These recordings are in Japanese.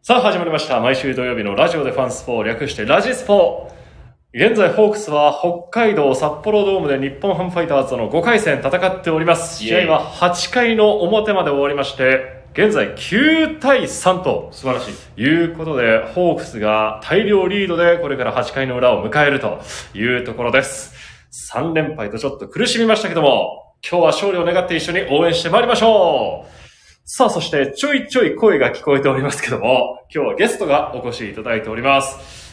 さあ始まりました。毎週土曜日のラジオでファンスポ、略してラジスポ。現在ホークスは北海道札幌ドームで日本ハムファイターズとの5回戦戦っております。試合は8回の表まで終わりまして、現在9対3と素晴らしいいうことで、ホークスが大量リードでこれから8回の裏を迎えるというところです。3連敗とちょっと苦しみましたけども、今日は勝利を願って一緒に応援してまいりましょう。さあ、そしてちょいちょい声が聞こえておりますけども、今日はゲストがお越しいただいております。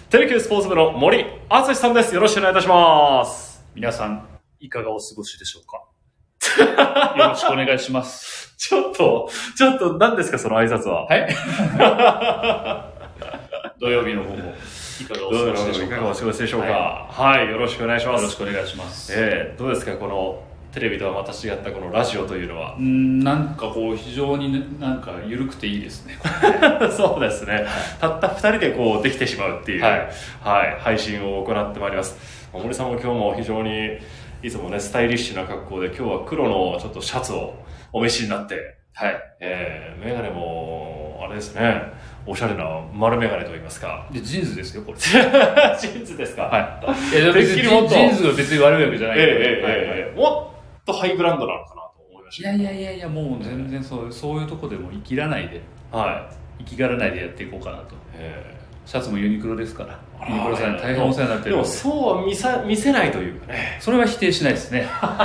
テレキュースポーツ部の森敦さんです。よろしくお願いいたします。 皆さんいかがお過ごしでしょうか。よろしくお願いします。 ちょっと何ですかその挨拶は。 はい。土曜日の午後いかがお過ごしでしょうか。 いかがお過ごしでしょうか。はい、よろしくお願いします。 よろしくお願いします。 どうですかこのテレビとはまた違ったこのラジオというのは。 なんかこう非常に、ね、なんか緩くていいですね。 そうですね。たった2人でこうできてしまうっていう、はい、配信を行ってまいります。森さんも今日も非常にいつもねスタイリッシュな格好で、今日は黒のちょっとシャツをお召しになって、はい、メガネもあれですね。おしゃれな丸メガネと言いますか。 でジーンズですよこれ。 ジーンズですか。 はい。別にジーンズが別に悪いわけじゃないけど。 もっとハイブランドなのかなと思いました。 いやもう全然そういうとこでも生きらないで、はい、生きがらないでやっていこうかなと。シャツもユニクロですから。ユニクロさんに大変お世話になってる。 でもそうは見せないというかね。 それは否定しないですね。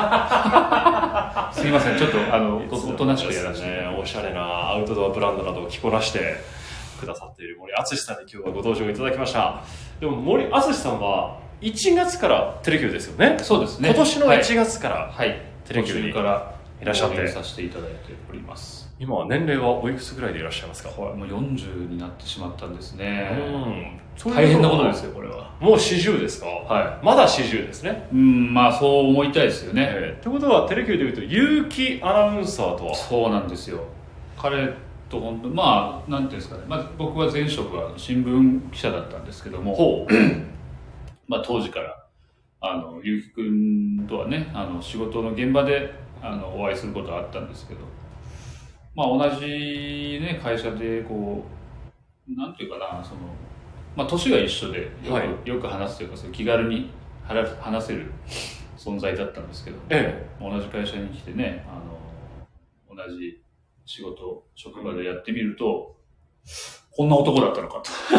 すいません、ちょっとおとなしくやらせて、 ね、おしゃれなアウトドアブランドなどを着こなしてくださっている森敦さんに今日はご登場いただきました。でも森敦さんは1月からテレキューですよね。 そうですね。 今年の1月から、 はい、 テレキューにいらっしゃってさせていただいております。 今は年齢はおいくつぐらいでいらっしゃいますか。 もう40になってしまったんですね。 大変なことですよこれは。 もう40ですか。はい。まだ40ですね。 まあそう思いたいですよね。 ということはテレキューでいうと結城アナウンサーとは。 そうなんですよ。彼と本当まあなんていうんですかね。まあ僕は前職は新聞記者だったんですけども、まあ当時から結城くんとはね仕事の現場でお会いすることはあったんですけど。まあ、同じ、ね、会社でこうなんていうかなまあ、年が一緒でよく話すというか気軽に話せる存在だったんですけど、同じ会社に来てね同じ仕事職場でやってみると、こんな男だったのか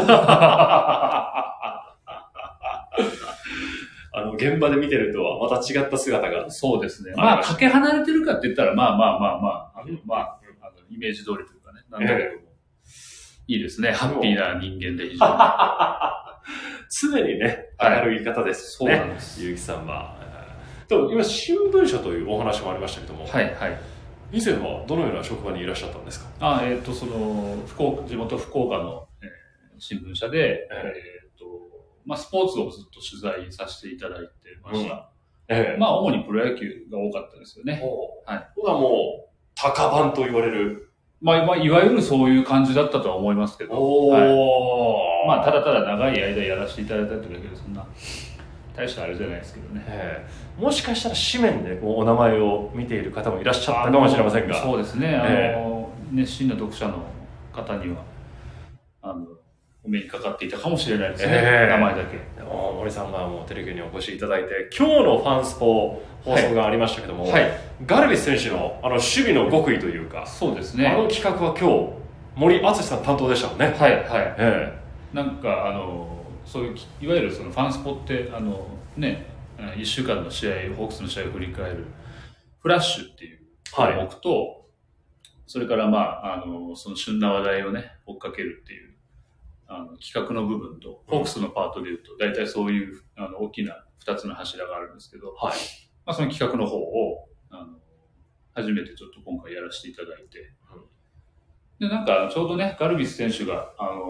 と現場で見てるとはまた違った姿が。 そうですね。まあかけ離れてるかって言ったらまあイメージ通りというかね、なんだけども、いいですね、ハッピーな人間で非常に。 常にね、明るい方ですね、 そうなんです。 結城さんは。でも今、新聞社というお話もありましたけども、以前はどのような職場にいらっしゃったんですか。 地元福岡の、新聞社で、まあ、スポーツをずっと取材させていただいてました。まあ、主にプロ野球が多かったですよね。 はい。これはもう、高番と言われる。 まあ、いわゆるそういう感じだったとは思いますけど、まあ、ただただ長い間やらせていただいたというだけで、そんな大したあれじゃないですけどね。 もしかしたら紙面でお名前を見ている方もいらっしゃったかもしれませんが。 そうですね。熱心な読者の方にはお目にかかっていたかもしれないですね。名前だけ。 森さんがもうテレビにお越しいただいて、今日のファンスポ放送がありましたけども、ガルビス選手の守備の極意というか、 そうですね。 企画は今日森敦さん担当でしたもんね。 なんかそういういわゆるそのファンスポってね、1週間の試合、ホークスの試合を振り返るフラッシュっていう項目と、それからまあその旬な話題をね追っかけるっていう企画の部分と、ホークスのパートでいうと大体そういう大きな2つの柱があるんですけど、まあ、その企画の方を初めてちょっと今回やらせていただいて、でなんかちょうどねガルビス選手が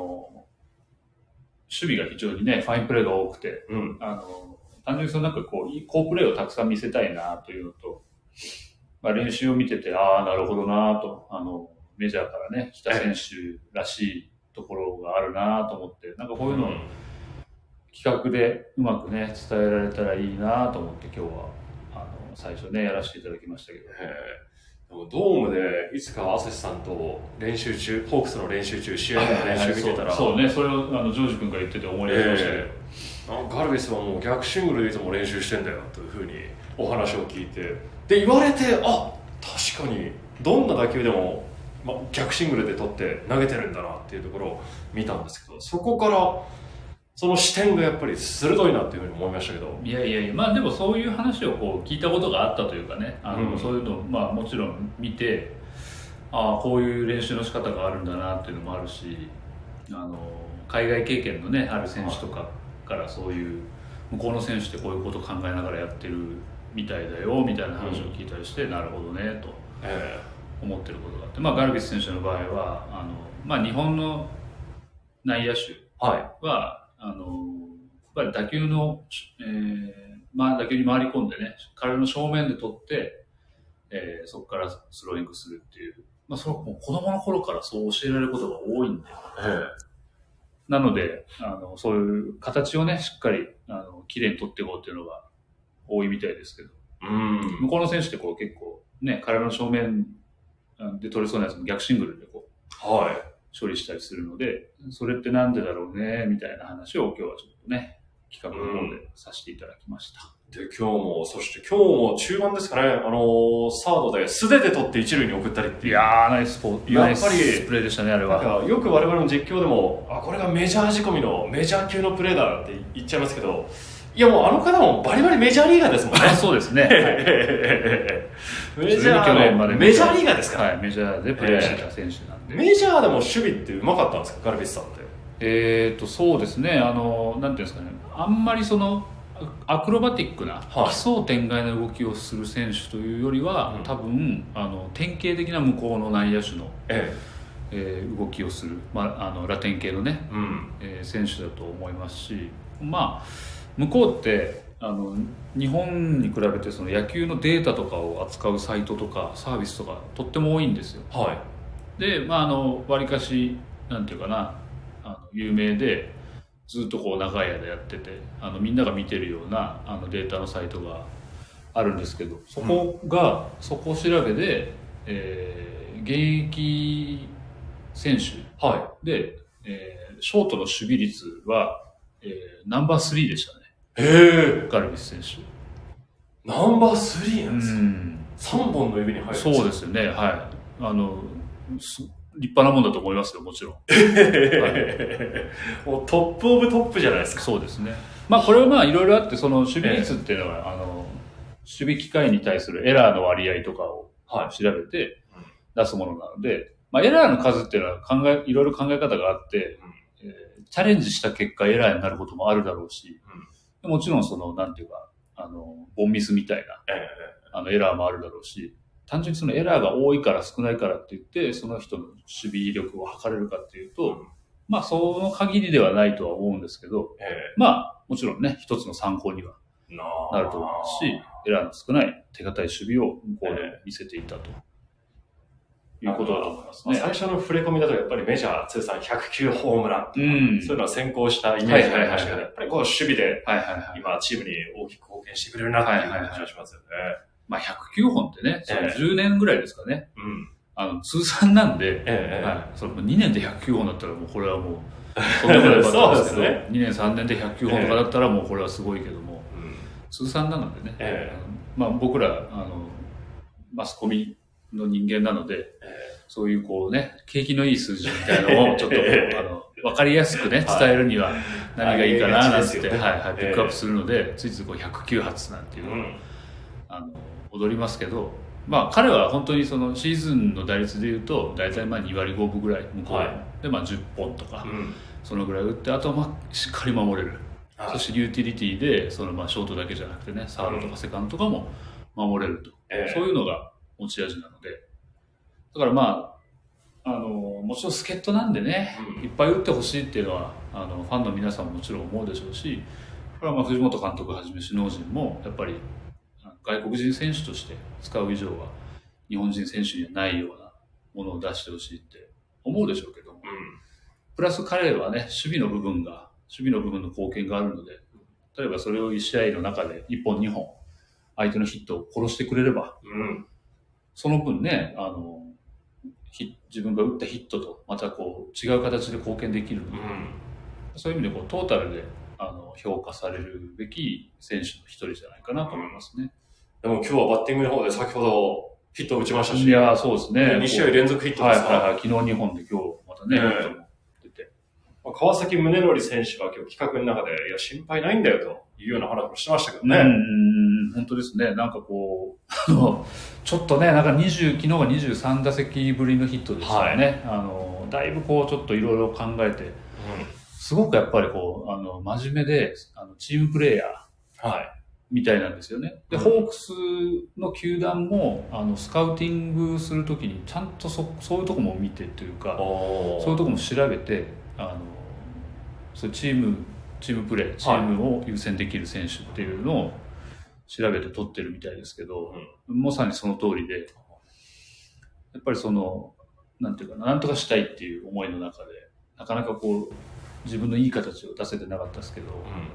守備が非常にねファインプレーが多くて、単純になんかこう好プレーをたくさん見せたいなというのと、まあ、練習を見ててなるほどなとメジャーからね来た選手らしいところがあるなと思って、なんかこういうのを企画でうまくね伝えられたらいいなと思って今日は最初ねやらせていただきましたけど。 ドームでいつかアセスさんと練習中、ホークスの練習中、試合の練習見てたら、 そうね、それをジョージ君が言ってて思い出しましたけど、 ガルビスはもう逆シングルでいつも練習してんだよというふうにお話を聞いて、で言われて、あ、確かにどんな打球でも、逆シングルで取って投げてるんだなっていうところを見たんですけど、そこからその視点がやっぱり鋭いなっていうふうに思いましたけど。 いや、でもそういう話をこう聞いたことがあったというかね、そういうのをもちろん見て、こういう練習の仕方があるんだなっていうのもあるし、海外経験のねある選手とかからそういう向こうの選手ってこういうことを考えながらやってるみたいだよみたいな話を聞いたりして、なるほどねと思ってることがあって、ガルビス選手の場合は日本の内野手は、やっぱり打球の、打球に回り込んでね、体の正面で取って、そこからスローイングするっていう、それもう子供の頃からそう教えられることが多いんで、なのでそういう形をねしっかり綺麗に取っていこうっていうのが多いみたいですけど、向こうの選手ってこう結構ね、体の正面で取れそうなやつも逆シングルでこう、処理したりするので、それってなんでだろうねみたいな話を今日はちょっとね企画の方でさせていただきました。 で今日も中盤ですかね、サードで素手で取って一塁に送ったりっていう。 いやー、ナイスプレーでしたね、あれは。 なんかよく我々の実況でも、これがメジャー仕込みのメジャー級のプレーだって言っちゃいますけど、いやもうあの方もバリバリメジャーリーガーですもんね。 そうですね。 メジャーリーガーですから。 メジャーでプレーしてた選手なんで。 メジャーでも守備ってうまかったんですか、ガルビスさんって。 そうですね。なんていうんですかね。あんまりそのアクロバティックな奇想天外な動きをする選手というよりは、多分典型的な向こうの内野手の、動きをする、ラテン系のね、選手だと思いますし、向こうって日本に比べてその野球のデータとかを扱うサイトとかサービスとかとっても多いんですよ。で、わりかしなんていうかな、有名でずっとこう長い間やっててみんなが見てるようなデータのサイトがあるんですけど、そこを調べで、現役選手で、ショートの守備率は、ナンバー3でしたね。ガルビス選手ナンバー3なんですか。3本の指に入るんですか。 そうですよね。立派なもんだと思いますよ、もちろん。 もうトップオブトップじゃないですか。 そうですね。これはいろいろあって、その守備率っていうのは、守備機会に対するエラーの割合とかを調べて出すものなので、エラーの数っていうのはいろいろ考え方があって、チャレンジした結果エラーになることもあるだろうし、もちろんその、なんていうか、ボンミスみたいな、エラーもあるだろうし、単純にそのエラーが多いから少ないからって言ってその人の守備力を測れるかっていうと、その限りではないとは思うんですけど、もちろんね一つの参考にはなると思いますし、エラーの少ない手堅い守備を向こうで見せていたということだと思いますね。 最初の触れ込みだとやっぱりメジャー通算100球ホームランとか、そういうのは先行したイメージがありましたけど、やっぱりこう守備で今チームに大きく貢献してくれるなっていう感じがしますよね。 109本ってね、10年ぐらいですかね。通算なんで、それも2年で109本だったらもうこれはもう、とんでもないバッターですけど、2年3年で109本とかだったらもうこれはすごいけども、通算なのでね、僕ら、マスコミの人間なので、そういうこうね、景気のいい数字みたいなのをちょっと、わかりやすくね、伝えるには何がいいかななんて、ピックアップするので、ついついこう109発なんていうのを、踊りますけど、彼は本当にそのシーズンの打率でいうと大体2割5分ぐらい向こうで10本とかそのぐらい打って、あとはしっかり守れる、そしてユーティリティでそのショートだけじゃなくてね、サードとかセカンドとかも守れると、そういうのが持ち味なので、だからもちろん助っ人なんでね、いっぱい打ってほしいっていうのはファンの皆さんももちろん思うでしょうし、これは藤本監督はじめ首脳陣もやっぱり外国人選手として使う以上は日本人選手にはないようなものを出してほしいって思うでしょうけども、プラス彼はね守備の部分の貢献があるので、例えばそれを1試合の中で1本2本相手のヒットを殺してくれれば、 その分ね、自分が打ったヒットとまたこう違う形で貢献できるので、そういう意味でこうトータルで評価されるべき選手の一人じゃないかなと思いますね。 でも今日はバッティングの方で先ほどヒットを打ちましたし。 いや、そうですね。 2試合連続ヒットですから。 昨日2本で今日またね、ヒットも出て。 川崎宗則選手は今日企画の中で、いや、心配ないんだよというような話をしてましたけどね。 本当ですね。なんかこう、ちょっとね、なんか昨日が23打席ぶりのヒットでしたよね。だいぶこう、ちょっといろいろ考えて、すごくやっぱりこう、真面目で、チームプレーヤーみたいなんですよね。で、ホークスの球団も、スカウティングするときに、ちゃんとそういうとこも見てというか、そういうとこも調べて、そういうチームプレー、チームを優先できる選手っていうのを調べて取ってるみたいですけど、まさにその通りで、やっぱりなんていうかな、なんとかしたいっていう思いの中で、なかなかこう、自分のいい形を出せてなかったですけど、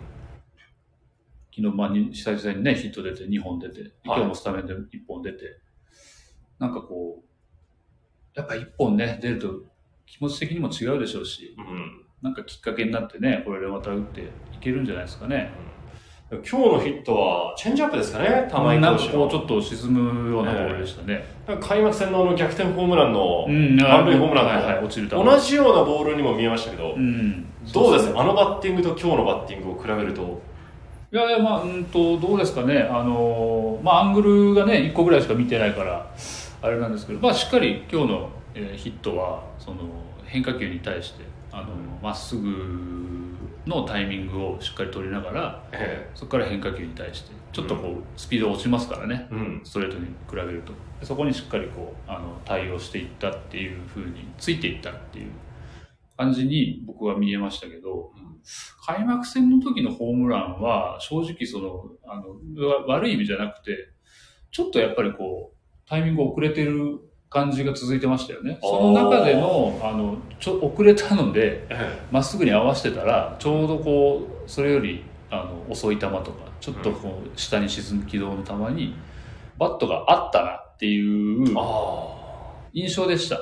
昨日、久々にね、ヒット出て2本出て、今日もスタメンで1本出て、なんかこう、やっぱ1本ね、出ると気持ち的にも違うでしょうし、なんかきっかけになってね、これでまた打っていけるんじゃないですかね。 今日のヒットはチェンジアップですかね、玉井投手の。 なんかこうちょっと沈むようなボールでしたね。 開幕戦の逆転ホームランの満塁ホームランと同じようなボールにも見えましたけど、どうですか、あのバッティングと今日のバッティングを比べると。 いや、どうですかね、アングルがね、1個ぐらいしか見てないから、あれなんですけど、しっかり今日のヒットは、変化球に対して、まっすぐのタイミングをしっかり取りながら、そこから変化球に対してちょっとこうスピード落ちますからね、ストレートに比べるとそこにしっかりこう対応していったっていう風についていったっていう感じに僕は見えましたけど、開幕戦の時のホームランは正直悪い意味じゃなくてちょっとやっぱりこうタイミング遅れてる感じが続いてましたよね。その中での遅れたのでまっすぐに合わせてたらちょうどこうそれより遅い球とかちょっとこう下に沈む軌道の球にバットがあったなっていう印象でした。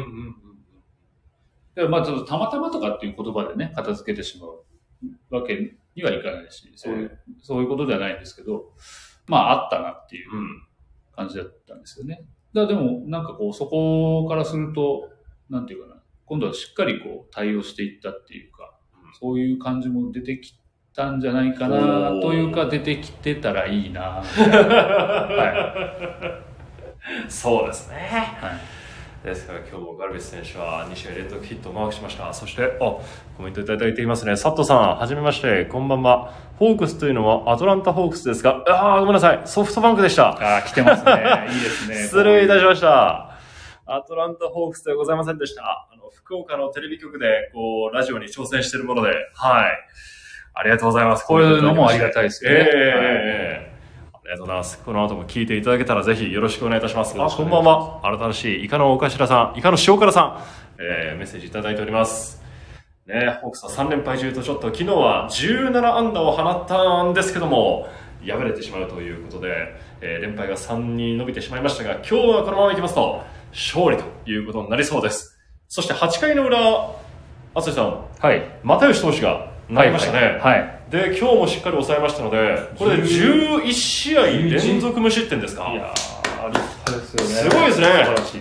でまあちょっとたまたまとかっていう言葉でね片付けてしまうわけにはいかないし、そういうことではないんですけど、まああったなっていう感じだったんですよね。でもなんかこうそこからするとなんていうかな、今度はしっかりこう対応していったっていうか、そういう感じも出てきたんじゃないかなというか、出てきてたらいいなそうですね、ですから今日もガルビス選手は2試合連続ヒットをマークしました。そしてコメントいただいていますね。佐藤さん、はじめまして、こんばんは。ホークスというのはアトランタホークスですが、ごめんなさい、ソフトバンクでした。 来てますね。いいですね。 失礼いたしました。アトランタホークスではございませんでした。福岡のテレビ局でこうラジオに挑戦しているもので、ありがとうございます。 こういうのもありがたいですよね。 ありがとうございます。この後も聞いていただけたらぜひよろしくお願いいたします。こんばんは。新しいイカのお頭さん、イカの塩辛さん、メッセージいただいております。ね、ホークスは3連敗中とちょっと昨日は17安打を放ったんですけども、敗れてしまうということで、連敗が3に伸びてしまいましたが、今日はこのままいきますと、勝利ということになりそうです。そして8回の裏、淳さん、又吉投手が投げましたね。で、今日もしっかり抑えましたので、これで11試合連続無失点ですか。 いやー、立派ですよね。 すごいですね。 素晴らしい。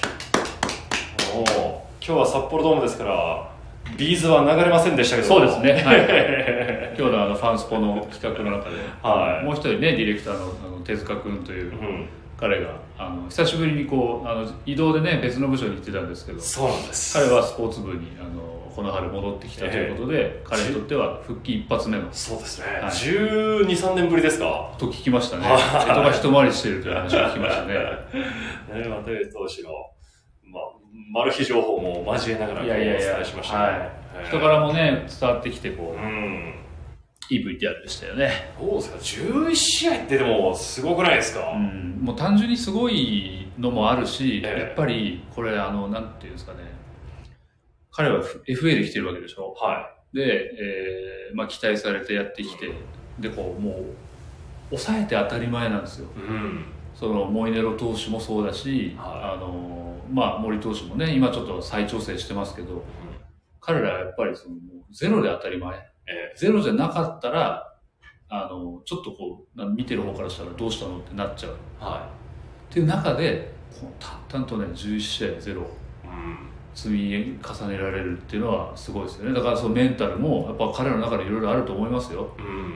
今日は札幌ドームですから、ビーズは流れませんでしたけど。 そうですね。今日のファンスポの企画の中で、もう一人ね、ディレクターの手塚君という、彼が久しぶりにこう移動でね別の部署に行ってたんですけど、 そうなんです。 彼はスポーツ部にこの春戻ってきたということで、彼にとっては復帰一発目の。 そうですね。12、3年ぶりですかと聞きましたね。江戸が一回りしているという話を聞きましたね。 又吉投手のマル秘情報も交えながらお伝えしましたね。 人からもね伝わってきてこう。いい VTR でしたよね。 どうですか、11試合ってでもすごくないですか。 もう単純にすごいのもあるし、やっぱりこれなんていうんですかね、彼は FA で来てるわけでしょ。で、期待されてやってきて、でこうもう抑えて当たり前なんですよ。 そのモイネロ投手もそうだし、まあ森投手もね、今ちょっと再調整してますけど、彼らはやっぱりそのゼロで当たり前、ゼロじゃなかったら、ちょっとこう見てる方からしたらどうしたのってなっちゃう。っていう中で、淡々とね11試合でゼロ。積み重ねられるっていうのはすごいですよね。だからそのメンタルもやっぱ彼らの中でいろいろあると思いますよ。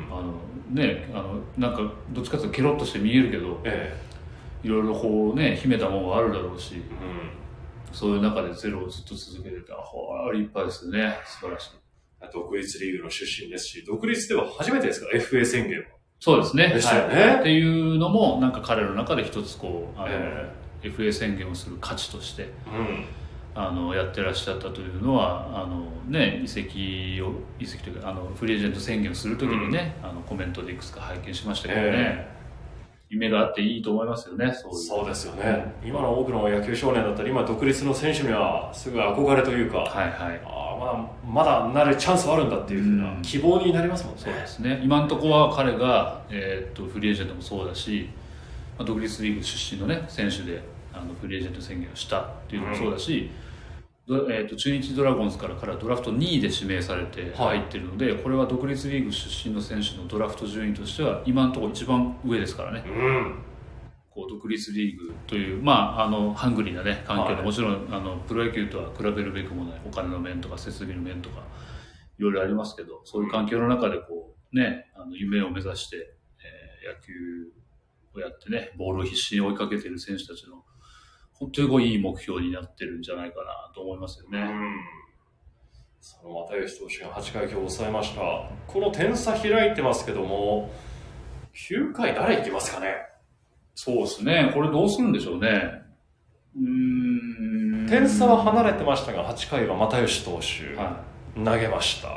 なんかどっちかというとケロッとして見えるけど、いろいろこうね秘めたものがあるだろうし、そういう中でゼロをずっと続けてた、立派ですね。素晴らしい。 独立リーグの出身ですし、独立では初めてですか、FA 宣言は。 そうですね。 でしたよね。 っていうのもなんか彼らの中で一つこうFA 宣言をする価値として。やってらっしゃったというのは移籍というかフリーエージェント宣言をするときにね、コメントでいくつか拝見しましたけどね、夢があっていいと思いますよね。 そうですよね。今の多くの野球少年だったり今独立の選手にはすぐ憧れというか、まだなるチャンスはあるんだっていうふうな希望になりますもんね。 そうですね。今のところは彼が、フリーエージェントもそうだし、独立リーグ出身のね選手でフリーエージェント宣言をしたっていうのもそうだし、中日ドラゴンズから彼はドラフト2位で指名されて入っているので、これは独立リーグ出身の選手のドラフト順位としては今のところ一番上ですからね。こう独立リーグという、ハングリーな、ね、環境で、もちろんプロ野球とは比べるべくもないお金の面とか設備の面とかいろいろありますけど、そういう環境の中でこう、ね、夢を目指して、野球をやってね、ボールを必死に追いかけている選手たちの本当にいい目標になってるんじゃないかなと思いますよね。 その又吉投手が8回今日抑えました。この点差開いてますけども、9回誰いきますかね。 そうですね。これどうするんでしょうね。 点差は離れてましたが、8回は又吉投手、投げました。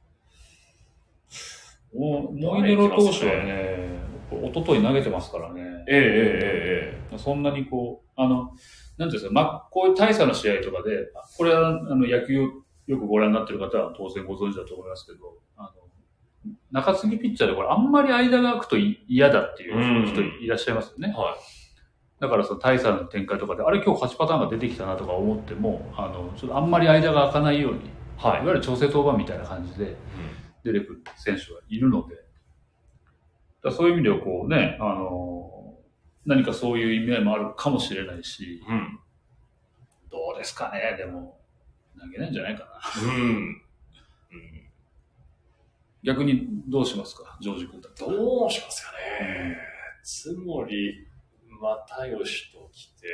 モイネロ投手はね、一昨日投げてますからね。そんなにこう、なんていうんですか、こういう大差の試合とかで、これは野球をよくご覧になっている方は当然ご存知だと思いますけど、中継ぎピッチャーでこれあんまり間が空くと嫌だっていう人いらっしゃいますよね。だからその大差の展開とかで、あれ今日勝ちパターンが出てきたなとか思っても、ちょっとあんまり間が空かないように、いわゆる調整登板みたいな感じで出てくる選手がいるので、そういう意味ではこうね、何かそういう意味合いもあるかもしれないし、どうですかね、でも投げないんじゃないかな。逆にどうしますか、ジョージ君だったら。 どうしますかね。津森、又吉と来て、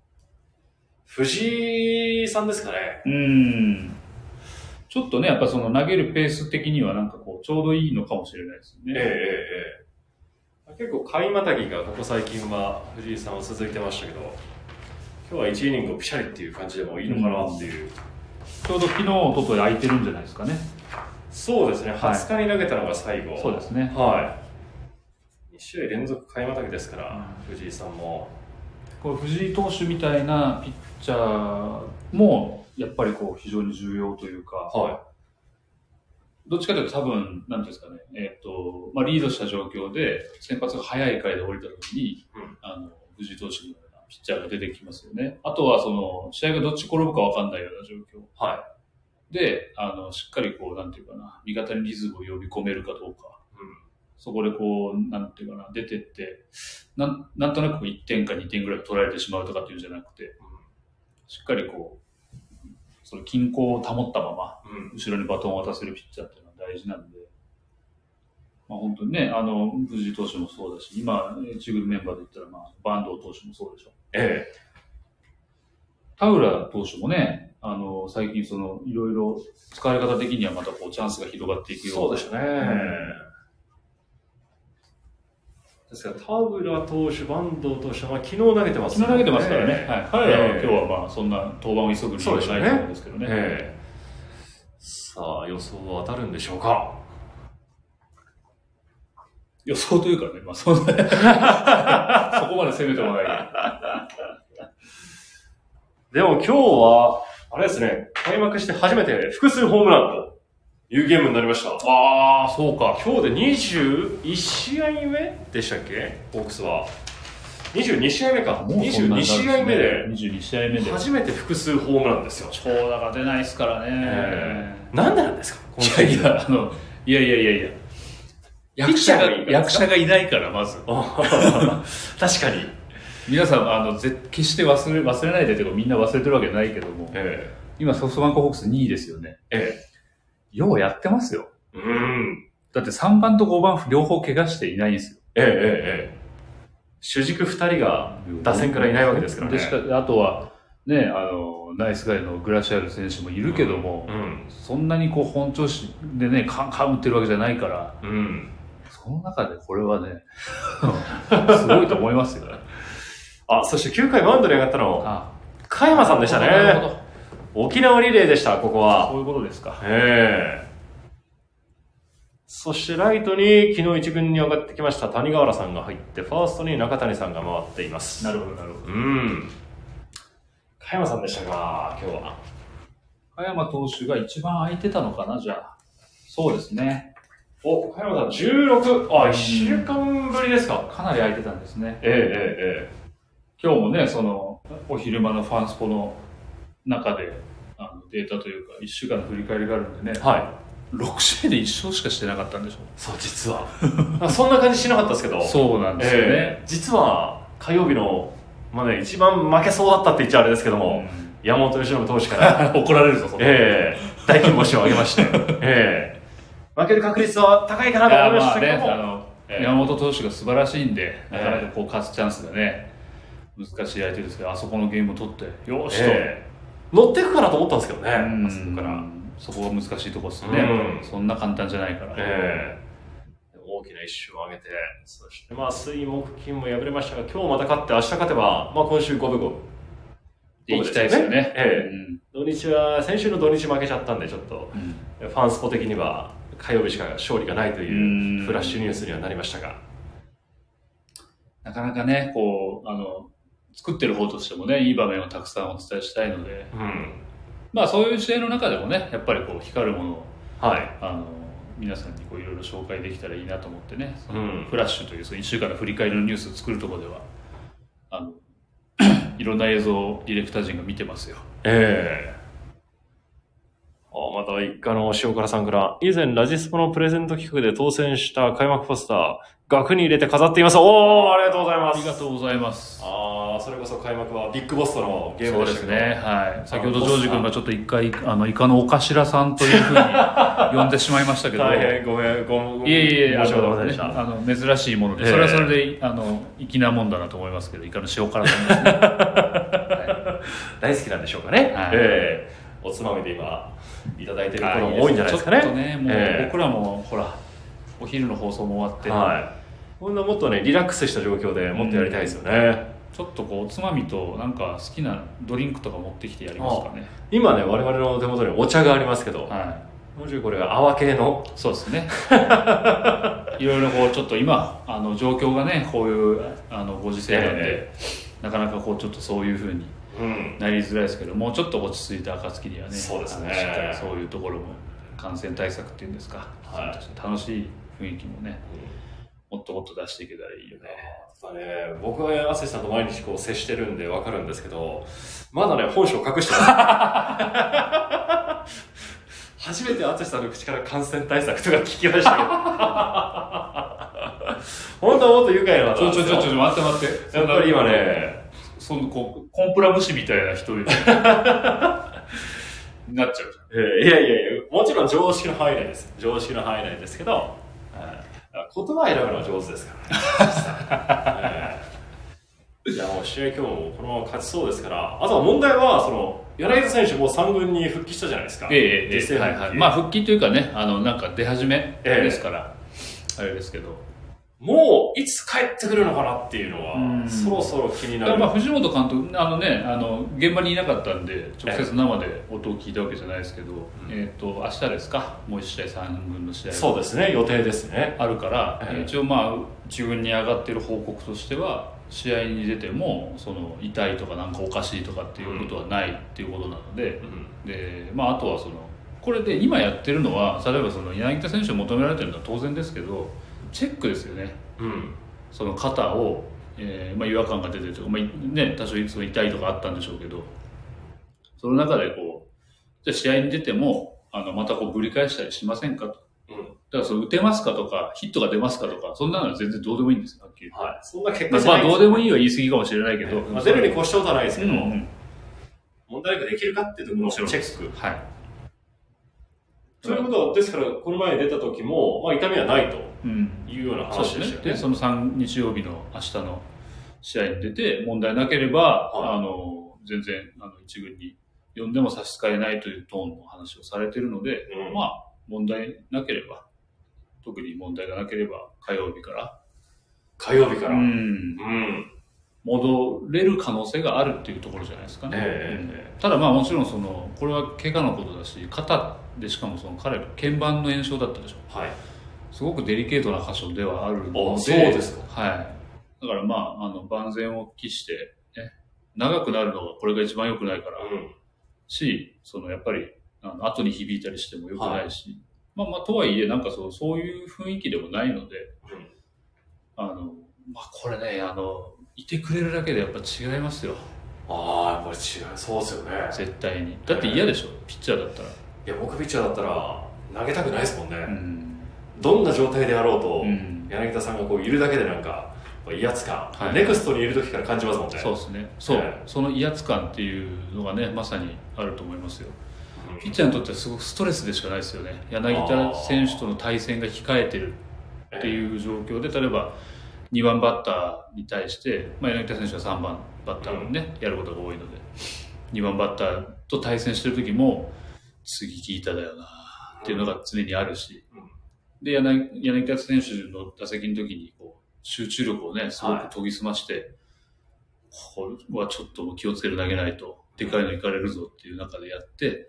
藤井さんですかね。 ちょっとね、やっぱその投げるペース的にはなんかこうちょうどいいのかもしれないですね。 結構買いまたぎがここ最近は藤井さんは続いてましたけど、今日は1イニングをピシャリっていう感じでもいいのかなっていう。 ちょうど昨日、おととい空いてるんじゃないですかね。 そうですね、20日に投げたのが最後。 そうですね。 2試合連続買いまたぎですから、藤井さんも。 これ藤井投手みたいなピッチャーも、やっぱりこう非常に重要というか、どっちかというと多分、なんていうんですかね、リードした状況で、先発が早い回で降りた時に、藤井投手のようなピッチャーが出てきますよね。あとは、その、試合がどっち転ぶか分かんないような状況。で、しっかりこう、なんていうかな、味方にリズムを呼び込めるかどうか。そこでこう、なんていうかな、出てって、なんとなく1点か2点ぐらい取られてしまうとかっていうんじゃなくて、しっかりこう、その均衡を保ったまま、後ろにバトンを渡せるピッチャーっていうのは大事なんで、本当にね、藤井投手もそうだし、今、1軍メンバーで言ったら、坂東投手もそうでしょ。田浦投手もね、最近その、いろいろ使われ方的にはまたこう、チャンスが広がっていくような。 そうですね。ですから、田浦投手、坂東投手は昨日投げてますね。 昨日投げてますからね。彼らは今日はそんな登板を急ぐ理由はないと思うんですけどね。 さあ、予想は当たるんでしょうか。 予想というかね、そんなそこまで攻めてもない。 でも今日は、あれですね、開幕して初めて複数ホームランというゲームになりました。 そうか。 今日で21試合目でしたっけ、ホークスは。 22試合目か。 もうそんなになるんですね 22試合目で、 22試合目で初めて複数ホームランですよ。 長打が出ないですからね。 なんでなんですか、このいやいや、役者がいないから、まず。 確かに。 皆さん、決して忘れないでというか、みんな忘れてるわけないけども、今ソフトバンクホークス2位ですよね。ようやってますよ。だって3番と5番両方怪我していないんですよ。 主軸2人が打線からいないわけですからね。 あとは、ね、ナイスガイのグラシアル選手もいるけども、そんなにこう本調子でね、カン打ってるわけじゃないから、その中でこれはね、すごいと思いますよ。 そして9回マウンドに上がったの、加山さんでしたね。沖縄リレーでした、ここは。 そういうことですか。 そしてライトに昨日一軍に上がってきました谷川原さんが入って、ファーストに中谷さんが回っています。 なるほど。 加山さんでしたか、今日は。 加山投手が一番空いてたのかな、じゃあ。そうですね。 加山さん16、1週間ぶりですか。 かなり空いてたんですね。今日もね、お昼間のファンスポの中で、データというか、1週間の振り返りがあるんでね。6試合で1勝しかしてなかったんでしょ。 そう、実は。そんな感じしなかったですけど。 そうなんですよね。 実は、火曜日の、一番負けそうだったって言っちゃあれですけども、山本由伸投手から、 怒られるぞ、 大金星を挙げまして、負ける確率は高いかなと思いましたけども、 山本投手が素晴らしいんで、なかなかこう勝つチャンスがね、難しい相手ですけど、あそこのゲームを取って、よーしと。 乗っていくかなと思ったんですけどね、あそこから。 そこが難しいところですよね。そんな簡単じゃないから。 大きな一勝を挙げて、そして水木金も敗れましたが、今日また勝って、明日勝てば、今週五分五分。 で行きたいですよね。 土日は、先週の土日負けちゃったんで、ちょっと、ファンスポ的には火曜日しか勝利がないというフラッシュニュースにはなりましたが。 なかなかね、こう、作ってる方としてもね、いい場面をたくさんお伝えしたいので、そういう試合の中でもね、やっぱりこう光るものを、皆さんにこういろいろ紹介できたらいいなと思ってね、フラッシュという1週間の振り返りのニュースを作るところでは、いろんな映像をディレクター陣が見てますよ。 また一家の塩辛さんから、以前ラジスポのプレゼント企画で当選した開幕ポスター、額に入れて飾っています。ありがとうございます。 ありがとうございます。 それこそ開幕はビッグボスとのゲームでしたけど。 そうですね。はい。先ほどジョージ君がちょっと一回、イカのお頭さんというふうに呼んでしまいましたけど。 大変ごめん。 いえ、珍しいもので、それはそれで、粋なもんだなと思いますけど、イカの塩辛さんですね。 大好きなんでしょうかね。おつまみで今、いただいていることも多いんじゃないですかね。 ちょっとね、もう僕らも、ほら、お昼の放送も終わって、 こんなもっとね、リラックスした状況でもっとやりたいですよね。 ちょっとこう、おつまみとなんか好きなドリンクとか持ってきてやりますかね。 今ね、我々の手元にお茶がありますけど、もしこれが泡系の。 そうですね。いろいろこう、ちょっと今、状況がね、こういう、ご時世なんで、なかなかこう、ちょっとそういうふうになりづらいですけど、もうちょっと落ち着いた暁にはね、 そうですね。 しっかりそういうところも、感染対策っていうんですか、楽しい雰囲気もね、もっともっと出していけたらいいよね。 僕は淳さんと毎日こう接してるんで分かるんですけど、まだね、本性隠してます。初めて淳さんの口から感染対策とか聞きましたけど。本当はもっと愉快な。 ちょ、待って。 やっぱり今ね、 コンプラ虫みたいな人になっちゃうじゃん。 いや、もちろん常識の範囲内です。常識の範囲内ですけど、言葉選ぶのは上手ですからね。いや、もう試合今日もこのまま勝ちそうですから、あとは問題は、柳田選手もう3軍に復帰したじゃないですか。実戦復帰。 復帰というかね、なんか出始めですから、あれですけど。 もういつ帰ってくるのかなっていうのは、そろそろ気になる。 藤本監督、現場にいなかったんで、直接生で音を聞いたわけじゃないですけど、明日ですか、もう1試合3軍の試合そうですね、予定ですね。 あるから、一応1軍に上がってる報告としては、試合に出ても痛いとかなんかおかしいとかっていうことはないっていうことなので、あとはこれで今やってるのは、例えば柳田選手を求められてるのは当然ですけど、チェックですよね。その肩をまあ、違和感が出てるとか、まあね、多少その痛いとかあったんでしょうけど、その中でこう、じゃあ試合に出ても、またこうぶり返したりしませんかと。だからその打てますかとか、ヒットが出ますかとか、そんなのは全然どうでもいいんですよ、はっきり言って。 はい。そんな結果じゃない。 まあどうでもいいは言い過ぎかもしれないけど。 まあ出るに越したことはないですけど、 問題なくできるかっていうところをチェック。 はい。 そういうことは、ですから、この前出た時も、まあ痛みはないというような話でしたよね。 で、その日曜日の明日の試合に出て、問題なければ、全然、一軍に呼んでも差し支えないというトーンの話をされているので、まあ、問題なければ、特に問題がなければ、火曜日から。戻れる可能性があるっていうところじゃないですかね。ただまあもちろんこれは怪我のことだし、肩でしかも彼、腱板の炎症だったでしょ。はい。すごくデリケートな箇所ではあるので。 そうですか。 はい。だからまあ、万全を期して、ね、長くなるのがこれが一番良くないから、し、やっぱり、後に響いたりしても良くないし、まあとはいえ、なんかそういう雰囲気でもないので、まあこれね、いてくれるだけでやっぱ違いますよ。 やっぱり違う。そうですよね。 絶対に。だって嫌でしょ、ピッチャーだったら。いや、僕ピッチャーだったら投げたくないですもんね。どんな状態であろうと、柳田さんがこういるだけでなんか威圧感、ネクストにいる時から感じますもんね。 そうですね。そう、その威圧感っていうのがね、まさにあると思いますよ。ピッチャーにとってはすごくストレスでしかないですよね。柳田選手との対戦が控えてるっていう状況で、例えば2番バッターに対して、まあ、柳田選手は3番バッターをね、やることが多いので、2番バッターと対戦してる時も、次聞いただよなっていうのが常にあるし、で、柳田選手の打席の時にこう集中力をね、すごく研ぎ澄まして、これはちょっと気をつけて投げないと、でかいのいかれるぞっていう中でやって、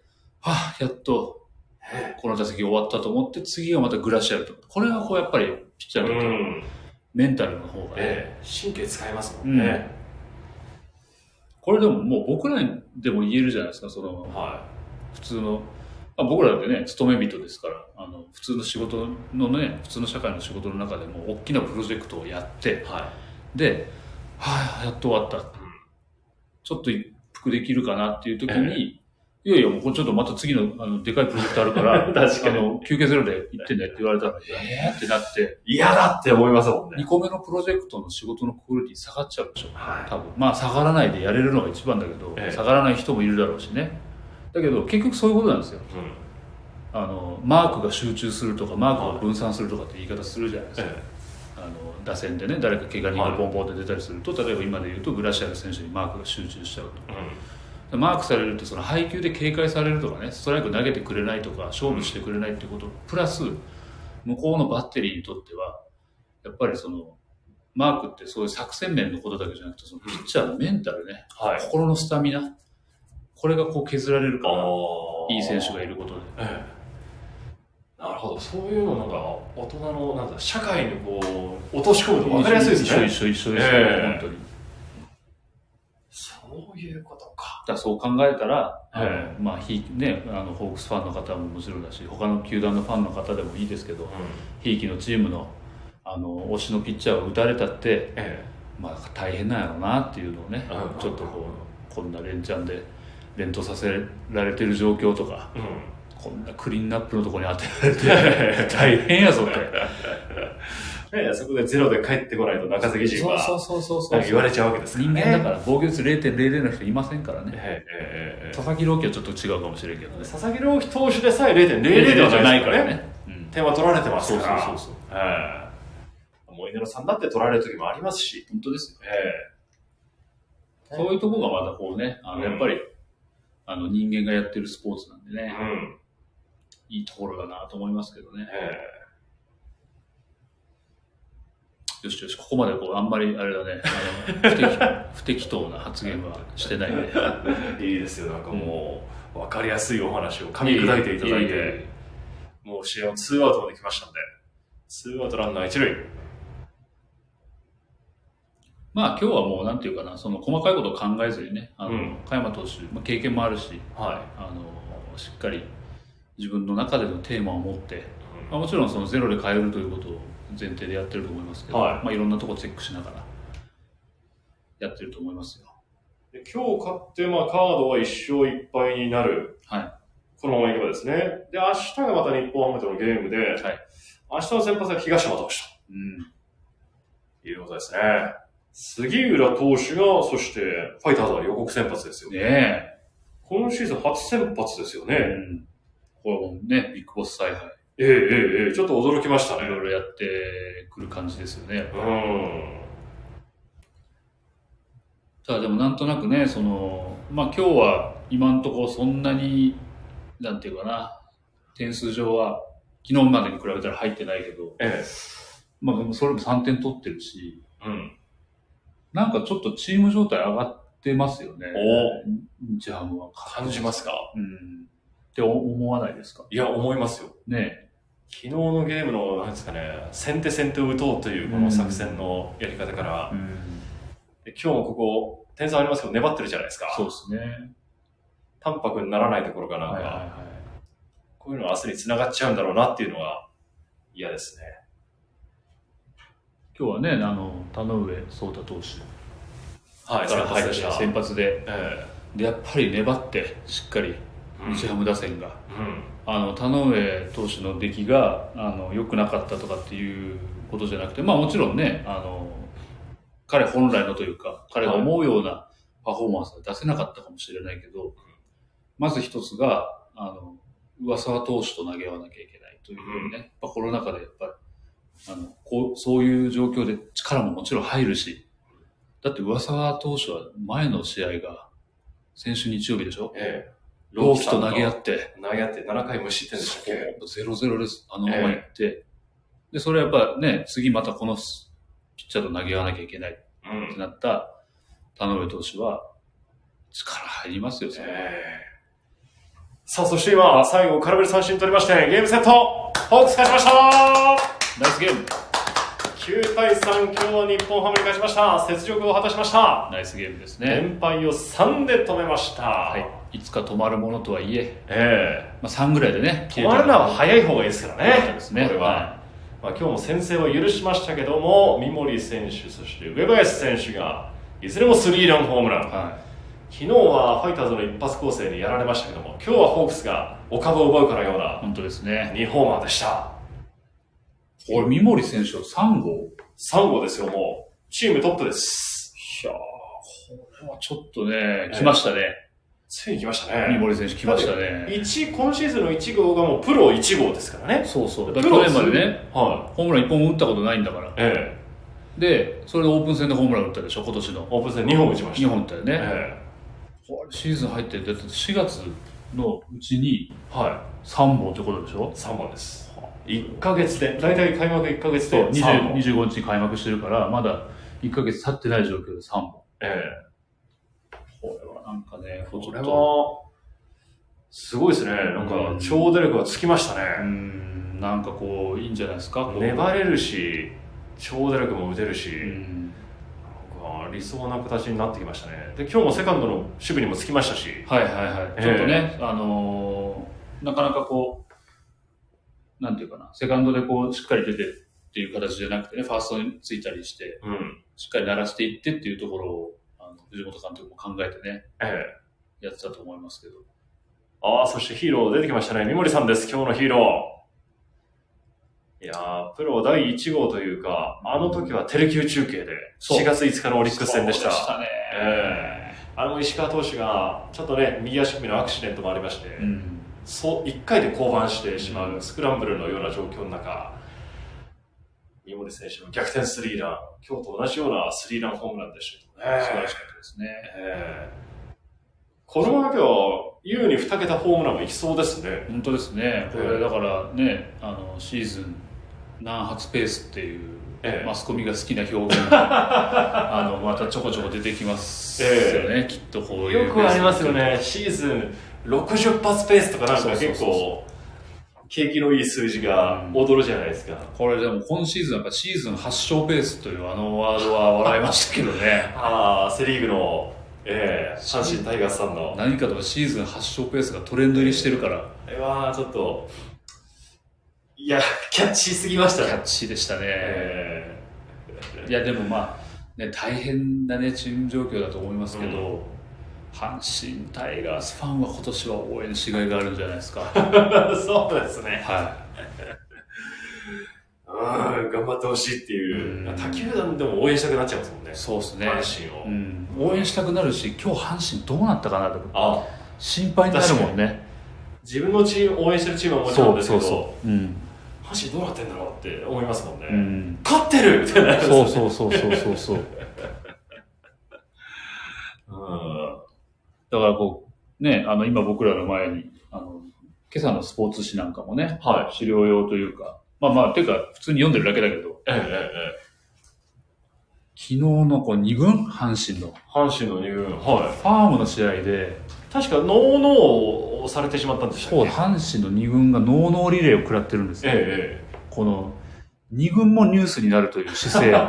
やっとこの打席終わったと思って、次がまたグラシアルと。これがこうやっぱりピッチャーのメンタルの方がね、 神経使いますもんね。 これでももう僕らでも言えるじゃないですか、普通の、僕らでね、勤め人ですから、普通の仕事のね、普通の社会の仕事の中でも大きなプロジェクトをやって、で、やっと終わった。ちょっと一服できるかなっていう時に、いやいや、もうちょっとまた次のでかいプロジェクトあるから、休憩ゼロで行ってねって言われたら、ってなって。 嫌だって思いますもんね。 2個目のプロジェクトの仕事のクオリティ下がっちゃうでしょ。多分。まあ下がらないでやれるのが一番だけど、下がらない人もいるだろうしね。だけど結局そういうことなんですよ。マークが集中するとか、マークが分散するとかって言い方するじゃないですか。打線でね、誰か怪我人がポンポンって出たりすると、例えば今で言うとグラシアル選手にマークが集中しちゃうと。マークされると配球で警戒されるとかね、ストライク投げてくれないとか勝負してくれないっていうことプラス向こうのバッテリーにとってはやっぱりマークってそういう作戦面のことだけじゃなくてピッチャーのメンタルね、心のスタミナ、これがこう削られるから、いい選手がいることで、 なるほど。そういうのなんか大人の社会にこう落とし込むと分かりやすいですね。 一緒ですよ、本当に。 そういうことか。 そう考えたら、まあホークスファンの方ももちろんだし、他の球団のファンの方でもいいですけど、ひいきのチームの推しのピッチャーが打たれたって、まあ大変なんやろうなっていうのをね、ちょっとこんな連チャンで連投させられてる状況とか、こんなクリーンナップのところに当てられて大変やぞって。 そこでゼロで帰ってこないと中継ぎ陣は言われちゃうわけですからね。 人間だから防御率 0.00 の人いませんからね。佐々木朗希はちょっと違うかもしれんけどね。 佐々木朗希投手でさえ 0.00 ではないからね。点は取られてますから。もう稲野さんだって取られる時もありますし。 本当ですよ。そういうところがまたこうね、やっぱり人間がやってるスポーツなんでね、いいところだなと思いますけどね。よしよし、ここまであんまりあれだね、不適当な発言はしてないんで。 いいですよ、なんかもう、分かりやすいお話を噛み砕いていただいて、もう試合は2アウトまで来ましたんで、2アウトランナー1塁。 まあ今日はもうなんていうかな、細かいことを考えずにね、加山投手、経験もあるし、しっかり自分の中でのテーマを持って、もちろんゼロで変えるということを前提でやってると思いますけど、いろんなところチェックしながらやってると思いますよ。 で今日勝って、まあ、カードは1勝1敗になる。 はい。 このままいけばですね。で、明日がまた日本ハムとのゲームで、はい、明日の先発は東山投手と、いうことですね。杉浦投手が、そして、ファイターズは予告先発ですよ。 ねえ。 今シーズン初先発ですよね。 これもね、ビッグボス采配。 ちょっと驚きましたね。 いろいろやってくる感じですよね。ただでもなんとなくね、まあ今日は今のところそんなに、なんていうかな、点数上は昨日までに比べたら入ってないけど、まあそれも3点取ってるし、なんかちょっとチーム状態上がってますよね。日ハムは。 感じますか？ って思わないですか？ いや、思いますよ。 ね。 昨日のゲームの、なんですかね、先手先手を打とうというこの作戦のやり方から、で今日もここ、点差ありますけど粘ってるじゃないですか。 そうですね。 淡白にならないところがなんか、こういうのが明日に繋がっちゃうんだろうなっていうのは嫌ですね。 今日はね、田上壮太投手。 はい、 から入って先発で。で、やっぱり粘って、しっかり、日ハム打線が。田上投手の出来が、良くなかったとかっていうことじゃなくて、まあもちろんね、彼本来のというか、彼が思うようなパフォーマンスは出せなかったかもしれないけど、まず一つが、上沢投手と投げ合わなきゃいけないというふうにね、やっぱコロナ禍でやっぱり、そういう状況で力ももちろん入るし、だって上沢投手は前の試合が先週日曜日でしょ？朗希と投げ合って。 7回無失点でしたっけ？ 0-0 です。まま行って。で、それやっぱね、次またこのピッチャーと投げ合わなきゃいけないってなった田上投手は力入りますよ、 さあ、そして今、最後空振り三振取りまして、ゲームセットホークス勝ちましたナイスゲーム 9対3、今日は日本ハムに勝ちました。雪辱を果たしました。 ナイスゲームですね。 連敗を3で止めました。 はい。いつか止まるものとはいえ、まあ3ぐらいでね、 止まるのは早い方がいいですからね。 ですね。 これは。まあ、今日も先制を許しましたけども、三森選手、そして上林選手が、いずれもスリーランホームラン。昨日はファイターズの一発攻勢にやられましたけども、今日はホークスがお株を奪うかのような、 本当ですね。 2ホーマーでした。 これ、三森選手は3号 ?3 号ですよ、もう。チームトップです。 いやー、これはちょっとね、来ましたね。 ついに来ましたね。 三森選手来ましたね。 今シーズンの1号がもうプロ1号ですからね。 そうそう。去年までね、ホームラン1本も打ったことないんだから。で、それでオープン戦でホームラン打ったでしょ、今年の。 オープン戦2本打ちました。 2本打ったよね。シーズン入って、だって4月のうちに3本ってことでしょ？ 3 本です。1ヶ月で、だいたい開幕1ヶ月で 3本。25日に開幕してるから、まだ1ヶ月経ってない状況で3本。これはなんかね、 これは、すごいですね。なんか、長打力がつきましたね。 なんかこう、いいんじゃないですか。 粘れるし、長打力も打てるし、理想な形になってきましたね。で、今日もセカンドの守備にもつきましたし。 はいはいはい。ちょっとね、なかなかこう、なんていうかな、セカンドでこう、しっかり出てっていう形じゃなくてね、ファーストについたりして、しっかり鳴らしていってっていうところを、藤本監督も考えてね、やってたと思いますけど。 そしてヒーロー出てきましたね。三森さんです、今日のヒーロー。いやー、プロ第1号というか、あの時はテレキュー中継で、4月5日のオリックス戦でした。 そうでしたね。 石川投手が、ちょっとね、右足首のアクシデントもありまして、1回で降板してしまうスクランブルのような状況の中、三森選手の逆転スリーラン、今日と同じようなスリーランホームランでしたね。 素晴らしかったですね。 このまま今日、優に2桁ホームランもいきそうですね。 本当ですね。これだからね、シーズン何発ペースっていう、マスコミが好きな表現がまたちょこちょこ出てきますよね、きっとこういう。 よくありますよね。シーズン60発ペースとかなんか結構、景気のいい数字が踊るじゃないですか。 これでも今シーズンやっぱシーズン8勝ペースというワードは笑いましたけどね。 セリーグの、阪神タイガースさんの。 何かとかシーズン8勝ペースがトレンド入りしてるから。 これはちょっと、いや、キャッチーすぎましたね。 キャッチーでしたね。いやでもまあ、 ね、大変なね、チーム状況だと思いますけど、阪神タイガースファンは今年は応援しがいがあるんじゃないですか。 そうですね。 は頑張ってほしいっていう。他球団でも応援したくなっちゃいますもんね。 そうですね。 阪神を。 応援したくなるし、今日阪神どうなったかなと心配になるもんね。 自分のチーム、応援してるチームはもちろんですけど、 阪神どうなってんだろうって思いますもんね。勝ってるってなるんですよね。 そう。だからこう、ね、今僕らの前に、今朝のスポーツ紙なんかもね、資料用というか、ていうか、普通に読んでるだけだけど、昨日の2軍阪神の 2軍、 ファームの試合で、 確かノーノーをされてしまったんでしたっけ？ そう、阪神の2軍がノーノーリレーを食らってるんですよ。この、2軍もニュースになるという姿勢。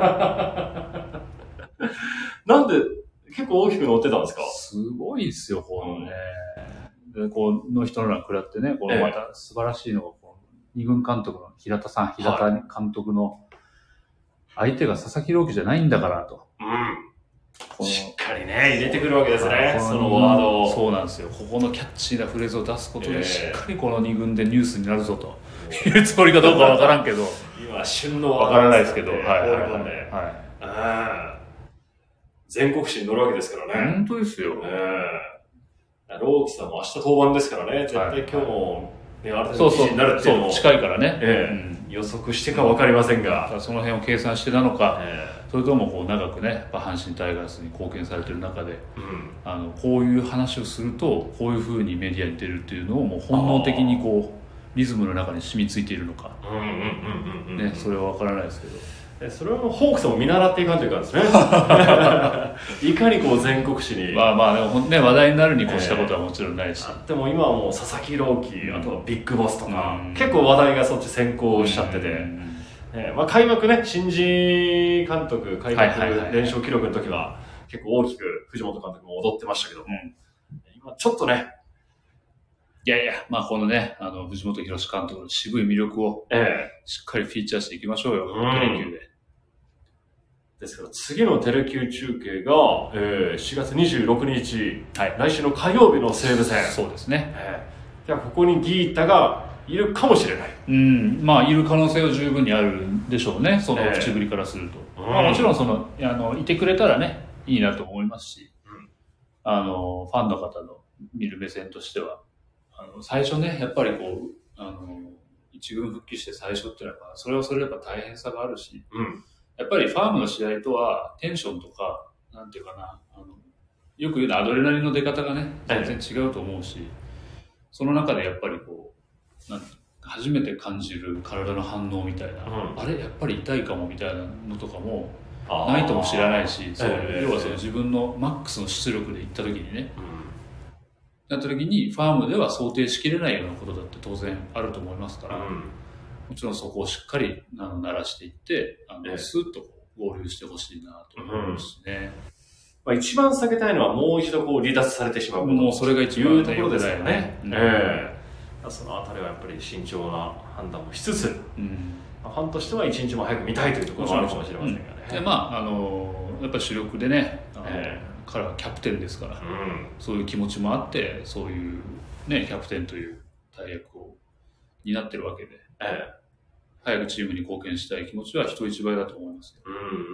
なんで、結構大きく乗ってたんですか？ すごいですよ、このね。で、この人の欄食らってね、このまた素晴らしいのが、2軍監督の平田監督の、相手が佐々木朗希じゃないんだからと。 しっかりね、入れてくるわけですね、そのワードを。 そうなんですよ。ここのキャッチーなフレーズを出すことで、しっかりこの2軍でニュースになるぞというつもりかどうかわからんけど。 今、旬のワードわからないですけど、 全国紙に乗るわけですからね。 本当ですよ。 朗希さんも明日登板ですからね、絶対今日も、ある程度記事になるっていうのも近いからね。 予測してか分かりませんが、 その辺を計算してたのか、それともこう長くね、阪神タイガースに貢献されてる中で、こういう話をするとこういうふうにメディアに出るっていうのをもう本能的にこうリズムの中に染みついているのか、ね、それは分からないですけど。 それをホークスも見習っていかんというかですね。いかにこう全国紙に。 でもね、話題になるに越したことはもちろんないし。 でも今はもう佐々木朗希、あとはビッグボスとか、結構話題がそっち先行しちゃってて。開幕ね、新人監督、開幕連勝記録の時は結構大きく藤本監督も踊ってましたけども、今ちょっとね、 いや、このね、藤本博監督の渋い魅力を、しっかりフィーチャーしていきましょうよ、テレキューで。 ですから、次のテレキュー中継が、4月26日、来週の火曜日の西武戦。 そうですね。 じゃあ、ここにギータがいるかもしれない。 いる可能性は十分にあるでしょうね、その口ぶりからすると。もちろん、いてくれたらね、いいなと思いますし、ファンの方の見る目線としては、最初ね、やっぱりこう、一軍復帰して最初っていうのは、それはそれやっぱ大変さがあるし、やっぱりファームの試合とはテンションとか、なんていうかな、よく言うのはアドレナリンの出方がね、全然違うと思うし、その中でやっぱりこう、初めて感じる体の反応みたいな、あれやっぱり痛いかもみたいなのとかもないとも知らないし、要はその自分のマックスの出力で行った時にね、なった時にファームでは想定しきれないようなことだって当然あると思いますから、もちろんそこをしっかり鳴らしていってスッと合流してほしいなと思いますしね。 一番避けたいのはもう一度こう離脱されてしまうこと、 もうそれが一番いうところですよね。そのあたりはやっぱり慎重な判断もしつつ、ファンとしては一日も早く見たいというところもあるかもしれませんがね。 でやっぱり主力でね、彼はキャプテンですから、そういう気持ちもあってそういうねキャプテンという大役を担ってるわけで、早くチームに貢献したい気持ちは人一倍だと思いますけど。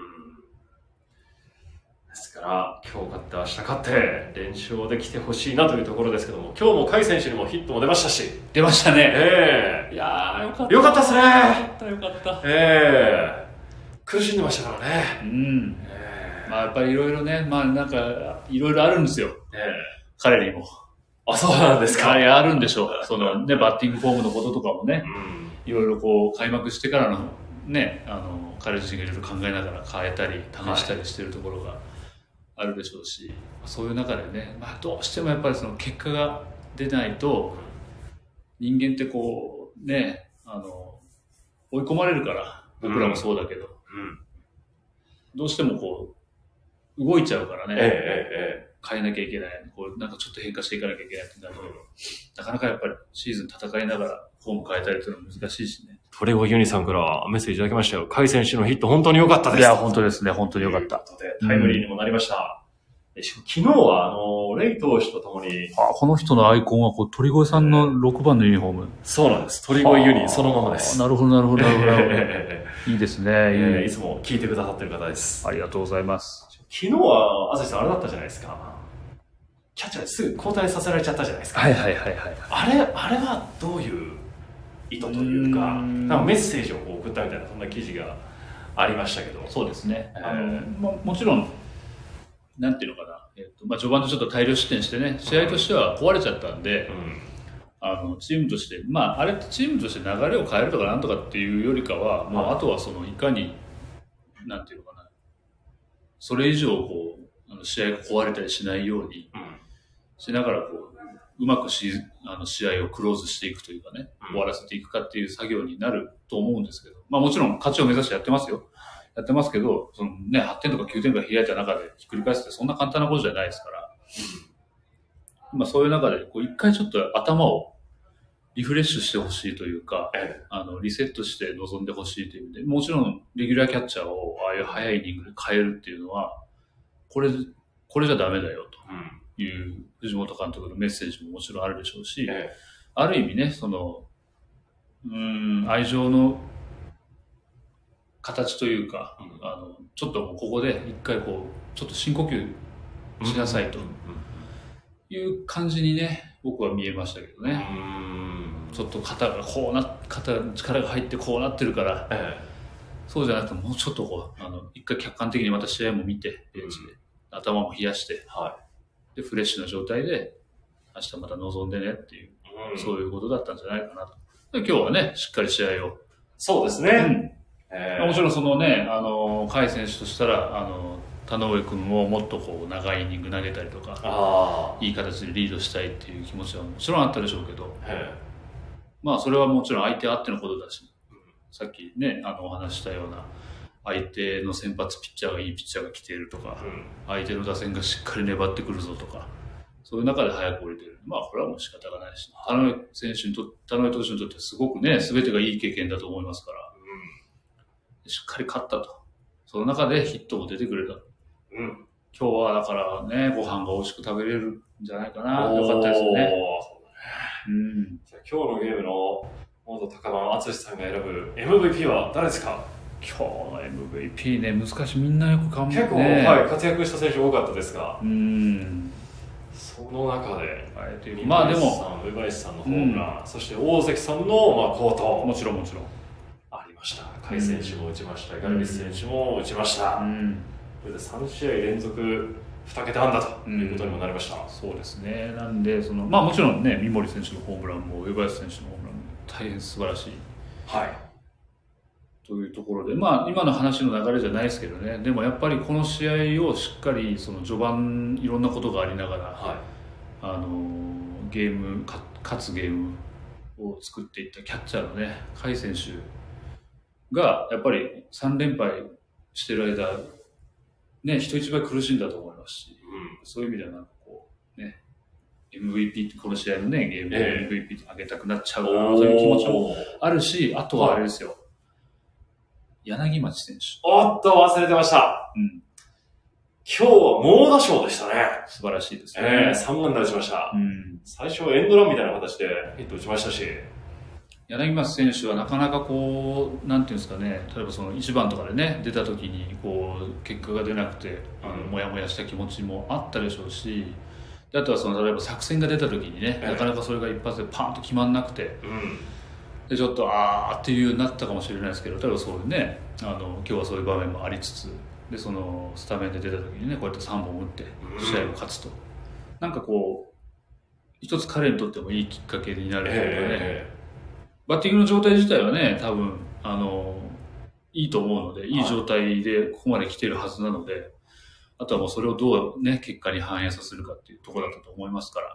ですから今日勝って明日勝って連勝できてほしいなというところですけども、今日も甲斐選手にもヒットも出ましたし。 出ましたね。いやーよかった。 よかったですね。 よかった。 苦しんでましたからね。 やっぱりいろいろね、いろいろあるんですよ。彼にも。 そうなんですか。 あるんでしょう。そのね、バッティングフォームのこととかもね、いろいろこう開幕してからのね、彼自身がいろいろ考えながら変えたり試したりしてるところがあるでしょうし、そういう中でね、どうしてもやっぱりその結果が出ないと人間ってこうね、追い込まれるから、僕らもそうだけど、どうしてもこう動いちゃうからね、変えなきゃいけない、なんかちょっと変化していかなきゃいけないってなるけど、なかなかやっぱりシーズン戦いながらフォーム変えたりというのは難しいしね。 トレゴユニさんからメッセージいただきましたよ。甲斐選手のヒット本当に良かったです。 いや、本当ですね。本当に良かった。 タイムリーにもなりました。昨日は、レイ投手とともに。 この人のアイコンは、鳥越さんの6番のユニフォーム。 そうなんです。鳥越ユニ、そのままです。 なるほど、なるほど、なるほど。いいですね、 いつも聞いてくださってる方です。 ありがとうございます。 昨日は、朝日さんあれだったじゃないですか。キャッチャーですぐ交代させられちゃったじゃないですか。 はいはいはいはい。 あれはどういう意図というか、なんかメッセージを送ったみたいな、そんな記事がありましたけど。 そうですね。もちろん、なんていうのかな、序盤でちょっと大量失点してね、試合としては壊れちゃったんで、チームとして、あれってチームとして流れを変えるとかなんとかっていうよりかは、もうあとはそのいかに、なんていうのかな、それ以上試合が壊れたりしないようにしながらうまく試合をクローズしていくというかね、終わらせていくかっていう作業になると思うんですけど、もちろん勝ちを目指してやってますよ。やってますけど、8点とか9点とか開いた中でひっくり返すってそんな簡単なことじゃないですから、そういう中で一回ちょっと頭をリフレッシュしてほしいというか、リセットして臨んでほしいという意味で、もちろんレギュラーキャッチャーをああいう早いイニングで変えるっていうのは、これじゃダメだよという藤本監督のメッセージももちろんあるでしょうし、ある意味ね、愛情の形というか、ちょっとここで一回ちょっと深呼吸しなさいという感じにね、僕は見えましたけどね。ちょっと肩が力が入ってこうなってるから、そうじゃなくてもうちょっと一回客観的にまた試合も見て、ベンチで頭も冷やして、でフレッシュな状態で明日また臨んでねっていう、そういうことだったんじゃないかなと。で今日はね、しっかり試合を。 そうですね。 もちろん甲斐選手としたら田上君をもっと長いイニング投げたりとか、いい形でリードしたいっていう気持ちはもちろんあったでしょうけど、それはもちろん相手あってのことだし、さっきねお話したような相手の先発ピッチャーがいいピッチャーが来ているとか、相手の打線がしっかり粘ってくるぞとか、そういう中で早く降りてる、これはもう仕方がないし、田上投手にとってすごくね、全てがいい経験だと思いますから、しっかり勝ったと。その中でヒットも出てくれた。今日はだからね、ご飯が美味しく食べれるんじゃないかな。よかったですよね。 じゃあ今日のゲームの元高番敦さんが選ぶ MVP は誰ですか？ 今日の MVP ね、難しい。みんなよく頑張って、 ね。結構、活躍した選手多かったですが。その中で、でも、上林さんのホームラン、そして大関さんの好投。 もちろん。 ありました。甲斐選手も打ちました。ガルビス選手も打ちました。これで3試合連続2桁安打ということにもなりました。 そうですね。なんでもちろんね、三森選手のホームランも上林選手のホームランも大変素晴らしい。というところで、今の話の流れじゃないですけどね、でもやっぱりこの試合をしっかり序盤いろんなことがありながら、勝つゲームを作っていったキャッチャーのね、甲斐選手がやっぱり3連敗してる間ね、人一倍苦しんだと思いますし、そういう意味ではMVP この試合のね、ゲームで MVP あげたくなっちゃうなという気持ちもあるし、あとはあれですよ、柳町選手。 忘れてました。今日は猛打賞でしたね。 素晴らしいですね。 3安打打ちました。最初エンドランみたいな形でヒット打ちましたし、 柳町選手はなかなかなんていうんですかね、例えば1番とかでね、出た時に結果が出なくて、もやもやした気持ちもあったでしょうし、であとは例えば作戦が出た時にね、なかなかそれが一発でパーンと決まんなくて、でちょっとっていうようになったかもしれないですけど、例えばそういうね、今日はそういう場面もありつつ、でスタメンで出た時にね、こうやって3本打って試合を勝つと、なんか一つ彼にとってもいいきっかけになるというかね、バッティングの状態自体はね、多分いいと思うので、いい状態でここまで来ているはずなので、あとはもうそれをどうね、結果に反映させるかっていうところだったと思いますから、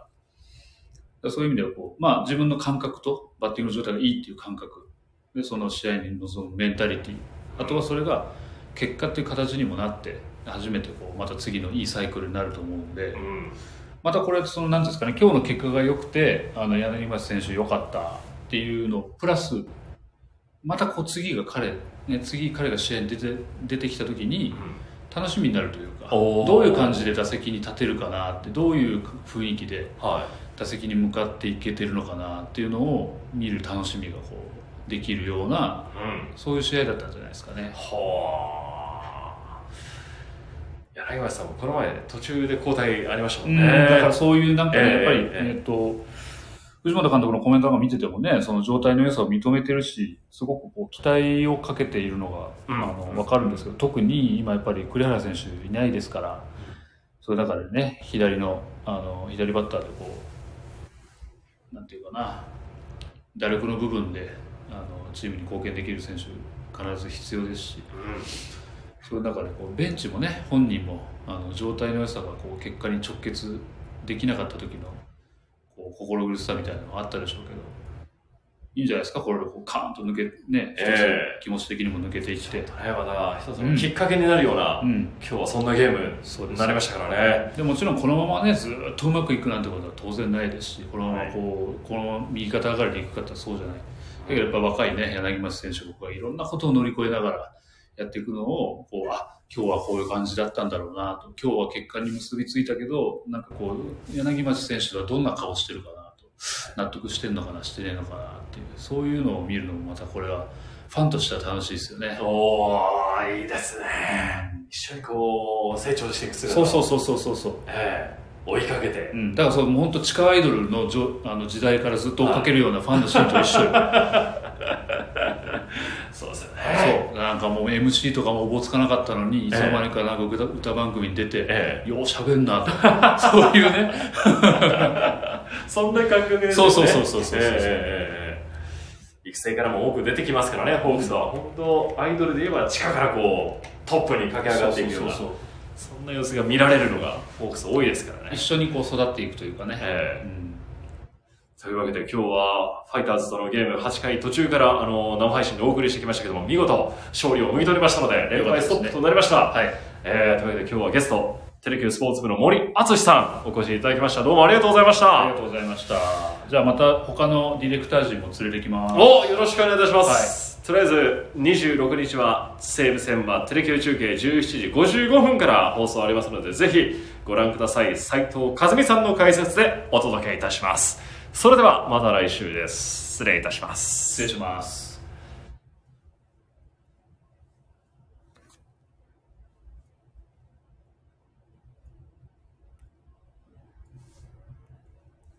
そういう意味では自分の感覚とバッティングの状態がいいっていう感覚で、その試合に臨むメンタリティ、あとはそれが結果っていう形にもなって、初めてまた次のいいサイクルになると思うので、またこれなんですかね、今日の結果が良くて、柳町選手良かったっていうのプラスまたこう次彼が試合に出てきた時に楽しみになるというか、どういう感じで打席に立てるかなって、どういう雰囲気で打席に向かっていけてるのかなっていうのを見る楽しみがこうできるような、そういう試合だったんじゃないですかね。 柳町さんもこの前途中で交代ありましたもんね。 だからそういうなんかね、やっぱり藤本監督のコメントが見ててもね、その状態の良さを認めてるし、すごくこう期待をかけているのが、分かるんですけど、特に今やっぱり栗原選手いないですから、それだからね、左バッターでこう、なんていうかな、打力の部分でチームに貢献できる選手必ず必要ですし、それだからこうベンチもね、本人も状態の良さがこう結果に直結できなかった時の心苦しさみたいなのがあったでしょうけど、いいんじゃないですか、これでこうカーンと抜けね、一つ気持ち的にも抜けていって、 また一つのきっかけになるような、今日はそんなゲームになりましたからね。 でもちろんこのままねずっとうまくいくなんてことは当然ないですし、このままこの右肩上がりでいくかってそうじゃない。だけどやっぱ若いね柳町選手、僕はいろんなことを乗り越えながらやっていくのをこう、今日はこういう感じだったんだろうなと、今日は結果に結びついたけど、なんかこう柳町選手はどんな顔してるかなと、納得してんのかなしてねえのかなっていう、そういうのを見るのもまたこれはファンとしては楽しいですよね。 いいですね。一緒にこう成長していく姿をそう追いかけて、 だからもう本当地下アイドルの時代からずっと追っかけるようなファンの心と一緒よ。 そうですよね。 そう、なんかもう MC とかもおぼつかなかったのに、いつの間にかなんか歌番組に出て、よう喋んなと、そういうね。 そんな感覚ですね。 そう。育成からも多く出てきますからね、ホークスは。本当アイドルで言えば地下からこうトップに駆け上がっていくような、そんな様子が見られるのがホークス多いですからね。 一緒にこう育っていくというかね。 というわけで今日はファイターズとのゲーム8回途中から生配信でお送りしてきましたけども、見事勝利をもぎ取りましたので連敗ストップとなりました。というわけで今日はゲストテレキュースポーツ部の森敦さんお越しいただきました。どうもありがとうございました。 ありがとうございました。じゃあまた他のディレクター陣も連れてきます。 よろしくお願いいたします。とりあえず26日は西武戦はテレキュー中継17時55分から放送ありますので、ぜひご覧ください。斉藤和美さんの解説でお届けいたします。それではまた来週です。失礼いたします。 失礼します。